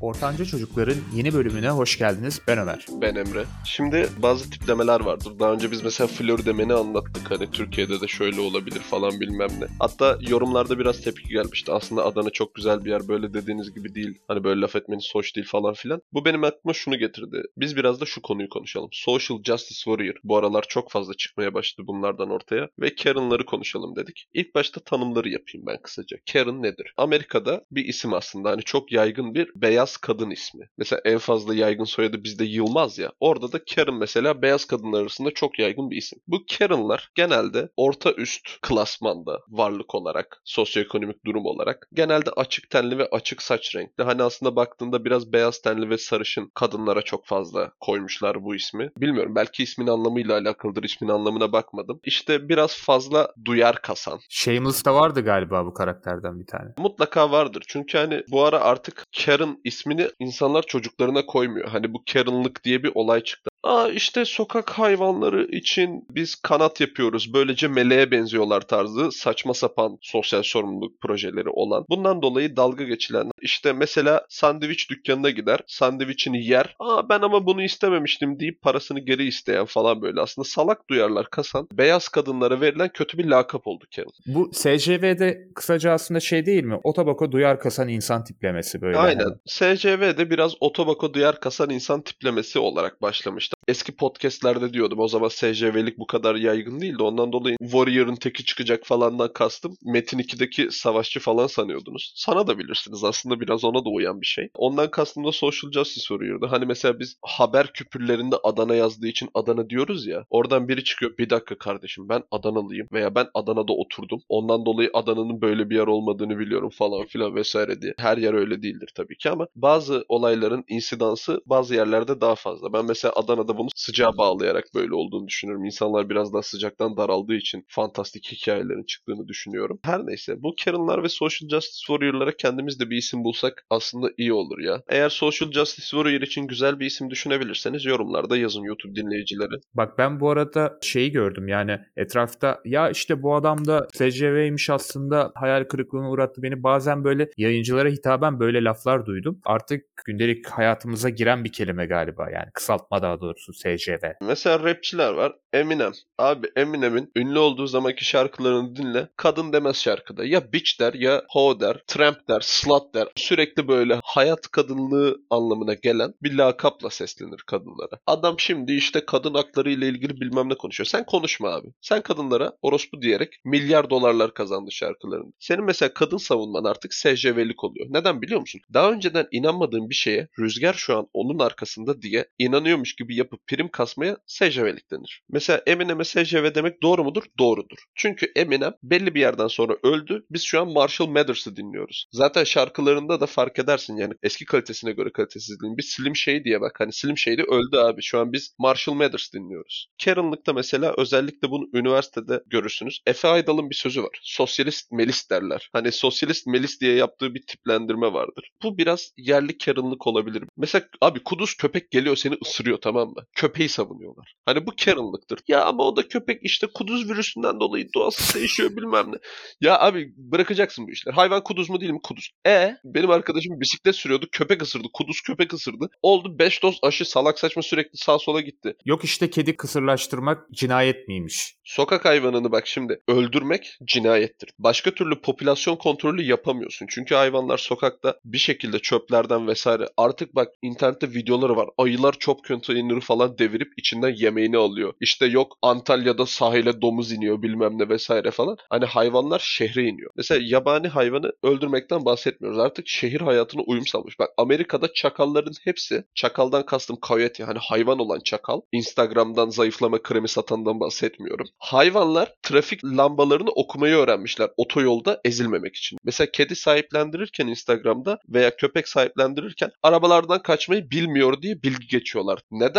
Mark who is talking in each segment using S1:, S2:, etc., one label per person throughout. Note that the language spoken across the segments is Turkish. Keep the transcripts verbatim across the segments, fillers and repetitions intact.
S1: Ortanca Çocukların yeni bölümüne hoş geldiniz. Ben Ömer.
S2: Ben Emre. Şimdi bazı tiplemeler vardır. Daha önce biz mesela Floridamen'i anlattık. Hani Türkiye'de de şöyle olabilir falan bilmem ne. Hatta yorumlarda biraz tepki gelmişti. Aslında Adana çok güzel bir yer. Böyle dediğiniz gibi değil. Hani böyle laf etmeniz hoş değil falan filan. Bu benim aklıma şunu getirdi. Biz biraz da şu konuyu konuşalım. Social Justice Warrior. Bu aralar çok fazla çıkmaya başladı bunlardan ortaya. Ve Karen'ları konuşalım dedik. İlk başta tanımları yapayım ben kısaca. Karen nedir? Amerika'da bir isim aslında. Hani çok yaygın bir beyaz kadın ismi. Mesela en fazla yaygın soyadı bizde Yılmaz ya. Orada da Karen mesela beyaz kadınlar arasında çok yaygın bir isim. Bu Karen'lar genelde orta üst klasmanda varlık olarak, sosyoekonomik durum olarak genelde açık tenli ve açık saç renkli. Hani aslında baktığında biraz beyaz tenli ve sarışın kadınlara çok fazla koymuşlar bu ismi. Bilmiyorum, belki ismin anlamıyla alakalıdır. İsmin anlamına bakmadım. İşte biraz fazla duyar kasan.
S1: Shameless'ta vardı galiba bu karakterden bir tane.
S2: Mutlaka vardır. Çünkü hani bu ara artık Karen ismini insanlar çocuklarına koymuyor. Hani bu Karen'lık diye bir olay çıktı. Aa işte sokak hayvanları için biz kanat yapıyoruz. Böylece meleğe benziyorlar tarzı saçma sapan sosyal sorumluluk projeleri olan. Bundan dolayı dalga geçilen işte mesela sandviç dükkanına gider. Sandviçini yer. Aa ben ama bunu istememiştim deyip parasını geri isteyen falan böyle. Aslında salak duyarlar kasan beyaz kadınlara verilen kötü bir lakap oldu Karen.
S1: Bu S C V'de kısaca aslında şey değil mi? Otobako duyar kasan insan tiplemesi böyle.
S2: Aynen.
S1: Hani.
S2: S C V'de biraz otobako duyar kasan insan tiplemesi olarak başlamıştı. Eski podcastlerde diyordum. O zaman S C V'lik bu kadar yaygın değildi. Ondan dolayı Warrior'ın teki çıkacak falandan kastım. Metin ikideki savaşçı falan sanıyordunuz. Sana da bilirsiniz. Aslında biraz ona da uyan bir şey. Ondan kastım da Social Justice Warrior'dı. Hani mesela biz haber küpürlerinde Adana yazdığı için Adana diyoruz ya. Oradan biri çıkıyor. Bir dakika kardeşim, ben Adanalıyım. Veya ben Adana'da oturdum. Ondan dolayı Adana'nın böyle bir yer olmadığını biliyorum falan filan vesaire diye. Her yer öyle değildir tabii ki ama bazı olayların insidansı bazı yerlerde daha fazla. Ben mesela Adana'da bunu sıcağa bağlayarak böyle olduğunu düşünüyorum. İnsanlar biraz daha sıcaktan daraldığı için fantastik hikayelerin çıktığını düşünüyorum. Her neyse, bu Karen'lar ve Social Justice Warrior'lara kendimiz de bir isim bulsak aslında iyi olur ya. Eğer Social Justice Warrior için güzel bir isim düşünebilirseniz yorumlarda yazın YouTube dinleyicileri.
S1: Bak ben bu arada şeyi gördüm yani etrafta ya işte bu adam da S C V'ymiş aslında hayal kırıklığına uğrattı beni. Bazen böyle yayıncılara hitaben böyle laflar duydum. Artık gündelik hayatımıza giren bir kelime galiba yani kısaltma daha doğrusu S C V.
S2: Mesela rapçiler var. Eminem. Abi Eminem'in ünlü olduğu zamanki şarkılarını dinle. Kadın demez şarkıda. Ya bitch der, ya ho der, tramp der, slut der. Sürekli böyle hayat kadınlığı anlamına gelen bir lakapla seslenir kadınlara. Adam şimdi işte kadın hakları ile ilgili bilmem ne konuşuyor. Sen konuşma abi. Sen kadınlara orospu diyerek milyar dolarlar kazandı şarkılarında. Senin mesela kadın savunman artık S C V'lik oluyor. Neden biliyor musun? Daha önceden inanmadığın bir şeye Rüzgar şu an onun arkasında diye inanıyormuş gibi yapıp prim kasmaya S C V'lik denir. Mesela Eminem'e S C V demek doğru mudur? Doğrudur. Çünkü Eminem belli bir yerden sonra öldü. Biz şu an Marshall Mathers'ı dinliyoruz. Zaten şarkılarında da fark edersin yani eski kalitesine göre kalitesizliğin. Bir Slim Shady diye bak. Hani Slim Shady öldü abi. Şu an biz Marshall Mathers dinliyoruz. Karen'lıkta mesela özellikle bunu üniversitede görürsünüz. Efe Aydal'ın bir sözü var. Sosyalist Melis derler. Hani sosyalist Melis diye yaptığı bir tiplendirme vardır. Bu biraz yerli Karen'lık olabilir. Mesela abi kuduz köpek geliyor seni ısırıyor, tamam mı? Köpeği savunuyorlar. Hani bu Karen'lıktır. Ya ama o da köpek işte kuduz virüsünden dolayı doğası değişiyor bilmem ne. Ya abi bırakacaksın bu işleri. Hayvan kuduz mu değil mi? Kuduz. E benim arkadaşım bisiklet sürüyordu. Köpek ısırdı. Kuduz köpek ısırdı. Oldu beş doz aşı salak saçma sürekli sağa sola gitti.
S1: Yok işte kedi kısırlaştırmak cinayet miymiş?
S2: Sokak hayvanını bak şimdi öldürmek cinayettir. Başka türlü popülasyon kontrolü yapamıyorsun. Çünkü hayvanlar sokakta bir şekilde çöplerden vesaire. Artık bak internette videoları var. Ayılar çöp konteyneri falan devirip içinden yemeğini alıyor. İşte yok Antalya'da sahile domuz iniyor bilmem ne vesaire falan. Hani hayvanlar şehre iniyor. Mesela yabani hayvanı öldürmekten bahsetmiyoruz. Artık şehir hayatına uyum sağlamış. Bak Amerika'da çakalların hepsi, çakaldan kastım coyote, hani hayvan olan çakal. Instagram'dan zayıflama kremi satandan bahsetmiyorum. Hayvanlar trafik lambalarını okumayı öğrenmişler otoyolda ezilmemek için. Mesela kedi sahiplendirirken Instagram'da veya köpek sahiplendirirken arabalardan kaçmayı bilmiyor diye bilgi geçiyorlar. Neden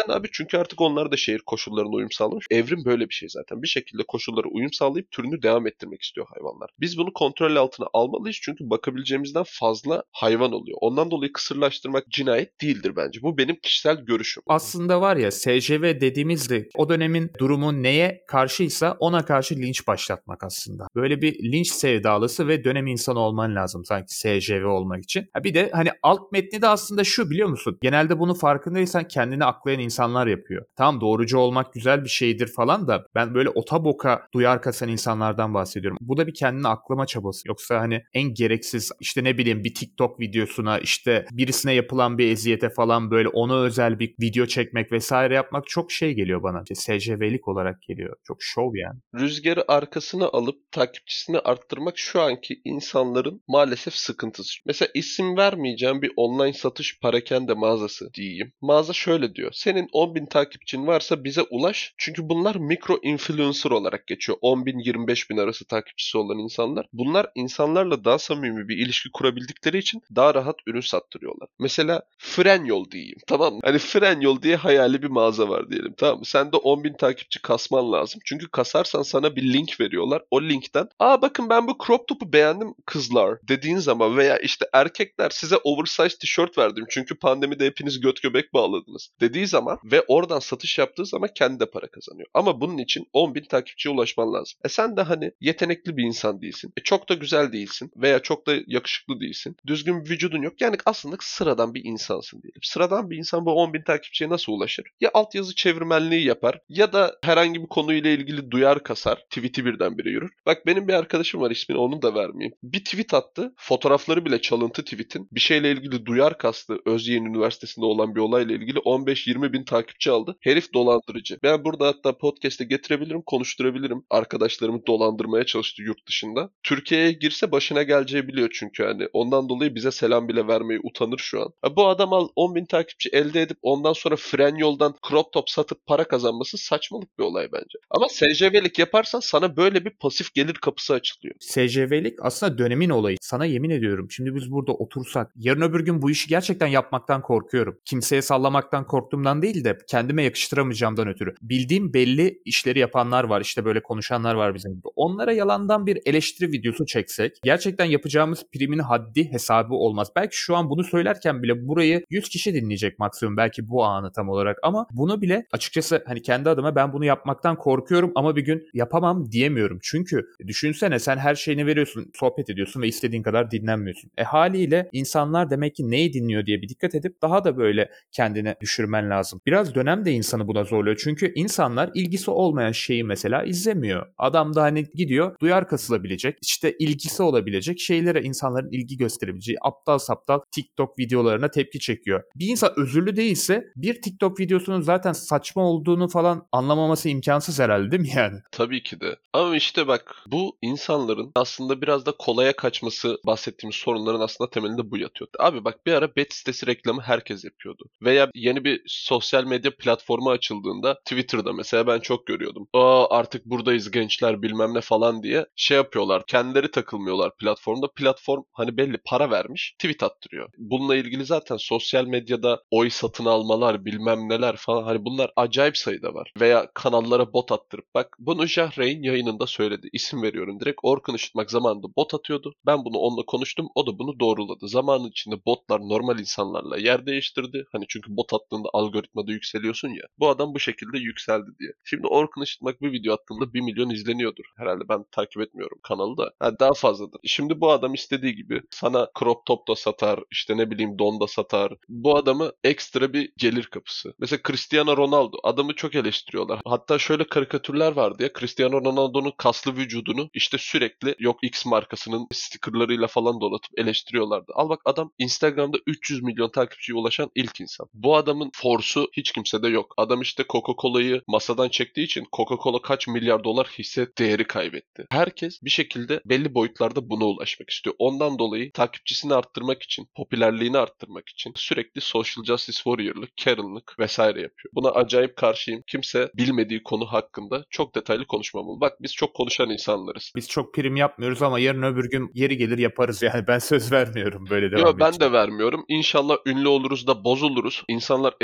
S2: Neden abi? Çünkü artık onlar da şehir koşullarına uyum sağlamış. Evrim böyle bir şey zaten. Bir şekilde koşullara uyum sağlayıp türünü devam ettirmek istiyor hayvanlar. Biz bunu kontrol altına almalıyız çünkü bakabileceğimizden fazla hayvan oluyor. Ondan dolayı kısırlaştırmak cinayet değildir bence. Bu benim kişisel görüşüm.
S1: Aslında var ya, S C V dediğimizde o dönemin durumu neye karşıysa ona karşı linç başlatmak aslında. Böyle bir linç sevdalısı ve dönem insanı olman lazım sanki S C V olmak için. Ha bir de hani alt metni de aslında şu, biliyor musun? Genelde bunu farkındaysan kendini aklayan insanlar yapıyor. Tamam, doğrucu olmak güzel bir şeydir falan da ben böyle otaboka duyar kasan insanlardan bahsediyorum. Bu da bir kendini aklama çabası. Yoksa hani en gereksiz işte ne bileyim bir TikTok videosuna, işte birisine yapılan bir eziyete falan böyle ona özel bir video çekmek vesaire yapmak çok şey geliyor bana. İşte S C V'lik olarak geliyor. Çok şov yani.
S2: Rüzgarı arkasına alıp takipçisini arttırmak şu anki insanların maalesef sıkıntısı. Mesela isim vermeyeceğim bir online satış parakende mağazası diyeyim. Mağaza şöyle diyor. Senin on bin takipçin varsa bize ulaş. Çünkü bunlar mikro influencer olarak geçiyor. on bin yirmi beş bin arası takipçisi olan insanlar. Bunlar insanlarla daha samimi bir ilişki kurabildikleri için daha rahat ürün sattırıyorlar. Mesela Frenyol diyeyim, tamam mı? Hani Frenyol diye hayali bir mağaza var diyelim, tamam mı? Sen de on bin takipçi kasman lazım. Çünkü kasarsan sana bir link veriyorlar. O linkten aa bakın ben bu crop top'u beğendim kızlar dediğin zaman veya işte erkekler size oversize tişört verdim çünkü pandemide hepiniz göt göbek bağladınız dediği zaman ve oradan satış yaptığı zaman kendi de para kazanıyor. Ama bunun için on bin takipçiye ulaşman lazım. E sen de hani yetenekli bir insan değilsin. E çok da güzel değilsin veya çok da yakışıklı değilsin. Düzgün bir vücudun yok. Yani aslında sıradan bir insansın diyelim. Sıradan bir insan bu on bin takipçiye nasıl ulaşır? Ya altyazı çevirmenliği yapar ya da herhangi bir konuyla ilgili duyar kasar. Tweet'i birdenbire yürür. Bak benim bir arkadaşım var, ismini onu da vermeyeyim. Bir tweet attı. Fotoğrafları bile çalıntı tweet'in. Bir şeyle ilgili duyar kastı. Özyeğin Üniversitesi'nde olan bir olayla ilgili on beş yirmi bin takipçi aldı. Herif dolandırıcı. Ben burada hatta podcast'e getirebilirim, konuşturabilirim. Arkadaşlarımı dolandırmaya çalıştı yurt dışında. Türkiye'ye girse başına geleceği biliyor çünkü hani. Ondan dolayı bize selam bile vermeyi utanır şu an. Ha, bu adam al on bin takipçi elde edip ondan sonra Frenyol'dan crop top satıp para kazanması saçmalık bir olay bence. Ama S C V'lik yaparsan sana böyle bir pasif gelir kapısı açılıyor.
S1: S C V'lik aslında dönemin olayı. Sana yemin ediyorum, şimdi biz burada otursak yarın öbür gün bu işi gerçekten yapmaktan korkuyorum. Kimseye sallamaktan korktuğumdan değil de kendime yakıştıramayacağımdan ötürü. Bildiğim belli işleri yapanlar var, işte böyle konuşanlar var bizim gibi. Onlara yalandan bir eleştiri videosu çeksek gerçekten yapacağımız primin haddi hesabı olmaz. Belki şu an bunu söylerken bile burayı yüz kişi dinleyecek maksimum, belki bu anı tam olarak, ama bunu bile açıkçası hani kendi adıma ben bunu yapmaktan korkuyorum ama bir gün yapamam diyemiyorum. Çünkü düşünsene, sen her şeyini veriyorsun, sohbet ediyorsun ve istediğin kadar dinlenmiyorsun. E haliyle insanlar demek ki neyi dinliyor diye bir dikkat edip daha da böyle kendini düşürmen lazım. Biraz dönem de insanı buna zorluyor. Çünkü insanlar ilgisi olmayan şeyi mesela izlemiyor. Adam da hani gidiyor duyar kasılabilecek, işte ilgisi olabilecek şeylere insanların ilgi gösterebileceği aptal saptal TikTok videolarına tepki çekiyor. Bir insan özürlü değilse bir TikTok videosunun zaten saçma olduğunu falan anlamaması imkansız herhalde, değil mi yani?
S2: Tabii ki de. Ama işte bak bu insanların aslında biraz da kolaya kaçması, bahsettiğimiz sorunların aslında temelinde bu yatıyor. Abi bak bir ara bet sitesi reklamı herkes yapıyordu. Veya yeni bir sosyal medya platformu açıldığında Twitter'da mesela ben çok görüyordum. Aa artık buradayız gençler bilmem ne falan diye şey yapıyorlar. Kendileri takılmıyorlar platformda. Platform hani belli para vermiş tweet attırıyor. Bununla ilgili zaten sosyal medyada oy satın almalar bilmem neler falan hani bunlar acayip sayıda var. Veya kanallara bot attırıp bak bunu Jahreyn yayınında söyledi. İsim veriyorum direkt. Orkun Işıtmak zamanında bot atıyordu. Ben bunu onunla konuştum. O da bunu doğruladı. Zamanın içinde botlar normal insanlarla yer değiştirdi. Hani çünkü bot attığında algoritmada yükseliyorsun ya. Bu adam bu şekilde yükseldi diye. Şimdi Orkun Işıtmak bir video attığında bir milyon izleniyordur. Herhalde ben takip etmiyorum kanalı da. Ha, daha fazladır. Şimdi bu adam istediği gibi sana crop top da satar. İşte ne bileyim don da satar. Bu adamı ekstra bir gelir kapısı. Mesela Cristiano Ronaldo. Adamı çok eleştiriyorlar. Hatta şöyle karikatürler vardı ya. Cristiano Ronaldo'nun kaslı vücudunu işte sürekli yok X markasının stickerlarıyla falan donatıp eleştiriyorlardı. Al bak adam Instagram'da üç yüz milyon takipçiye ulaşan ilk insan. Bu adamın force'u hiç kimsede yok. Adam işte Coca-Cola'yı masadan çektiği için Coca-Cola kaç milyar dolar hisse değeri kaybetti. Herkes bir şekilde belli boyutlarda buna ulaşmak istiyor. Ondan dolayı takipçisini arttırmak için, popülerliğini arttırmak için sürekli social justice warrior'lık, Karen'lık vesaire yapıyor. Buna acayip karşıyım. Kimse bilmediği konu hakkında çok detaylı konuşmamalı. Bak biz çok konuşan insanlarız.
S1: Biz çok prim yapmıyoruz ama yarın öbür gün yeri gelir yaparız yani. Ben söz vermiyorum böyle devam
S2: Yo ben
S1: edeceğim.
S2: de vermiyorum. İnşallah ünlü oluruz da bozuluruz. İnsanlar eski podcast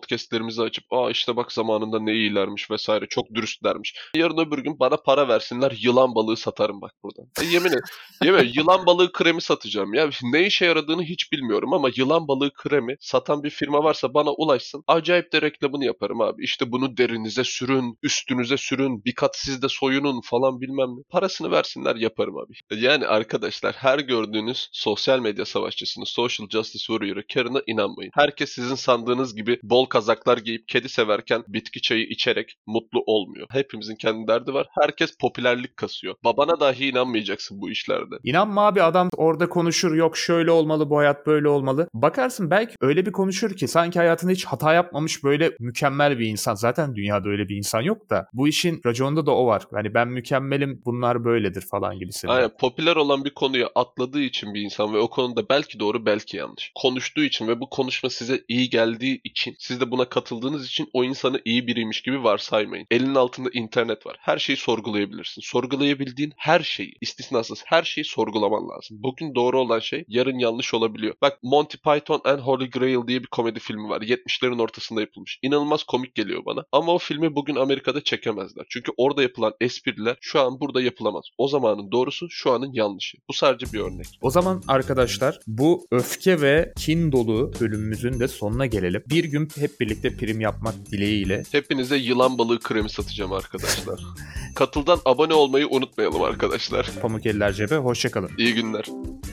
S2: podcastlerimizi açıp aa işte bak zamanında ne iyilermiş vesaire, çok dürüstlermiş. Yarın öbür gün bana para versinler, yılan balığı satarım bak buradan. E yemin et, yemin et, yılan balığı kremi satacağım ya. Ne işe yaradığını hiç bilmiyorum ama yılan balığı kremi satan bir firma varsa bana ulaşsın. Acayip de reklamını yaparım abi. İşte bunu derinize sürün, üstünüze sürün, bir kat siz de soyunun falan bilmem ne. Parasını versinler, yaparım abi. Yani arkadaşlar, her gördüğünüz sosyal medya savaşçısını, social justice warrior'ı, Karen'a inanmayın. Herkes sizin sandığınız gibi bol kazaklar giyip kedi severken bitki çayı içerek mutlu olmuyor. Hepimizin kendi derdi var. Herkes popülerlik kasıyor. Babana dahi inanmayacaksın bu işlerde.
S1: İnanma abi, adam orada konuşur, yok şöyle olmalı, bu hayat böyle olmalı. Bakarsın belki öyle bir konuşur ki sanki hayatında hiç hata yapmamış, böyle mükemmel bir insan. Zaten dünyada öyle bir insan yok da bu işin raconunda da o var. Yani ben mükemmelim, bunlar böyledir falan gibisinden.
S2: Aynen, popüler olan bir konuya atladığı için bir insan ve o konuda belki doğru belki yanlış konuştuğu için ve bu konuşma size iyi geldiği için, siz de buna katıldığınız için o insanı iyi biriymiş gibi varsaymayın. Elinin altında internet var. Her şeyi sorgulayabilirsin. Sorgulayabildiğin her şeyi, istisnasız her şeyi sorgulaman lazım. Bugün doğru olan şey yarın yanlış olabiliyor. Bak, Monty Python and Holy Grail diye bir komedi filmi var. yetmişlerin ortasında yapılmış. İnanılmaz komik geliyor bana. Ama o filmi bugün Amerika'da çekemezler. Çünkü orada yapılan espriler şu an burada yapılamaz. O zamanın doğrusu, şu anın yanlışı. Bu sadece bir örnek.
S1: O zaman arkadaşlar, bu öfke ve kin dolu bölümümüzün de sonuna gelelim. Bir gün hep birlikte prim yapmak dileğiyle.
S2: Hepinize yılan balığı kremi satacağım arkadaşlar. Katıldan abone olmayı unutmayalım arkadaşlar.
S1: Pamuk eller cebe, hoşça kalın.
S2: İyi günler.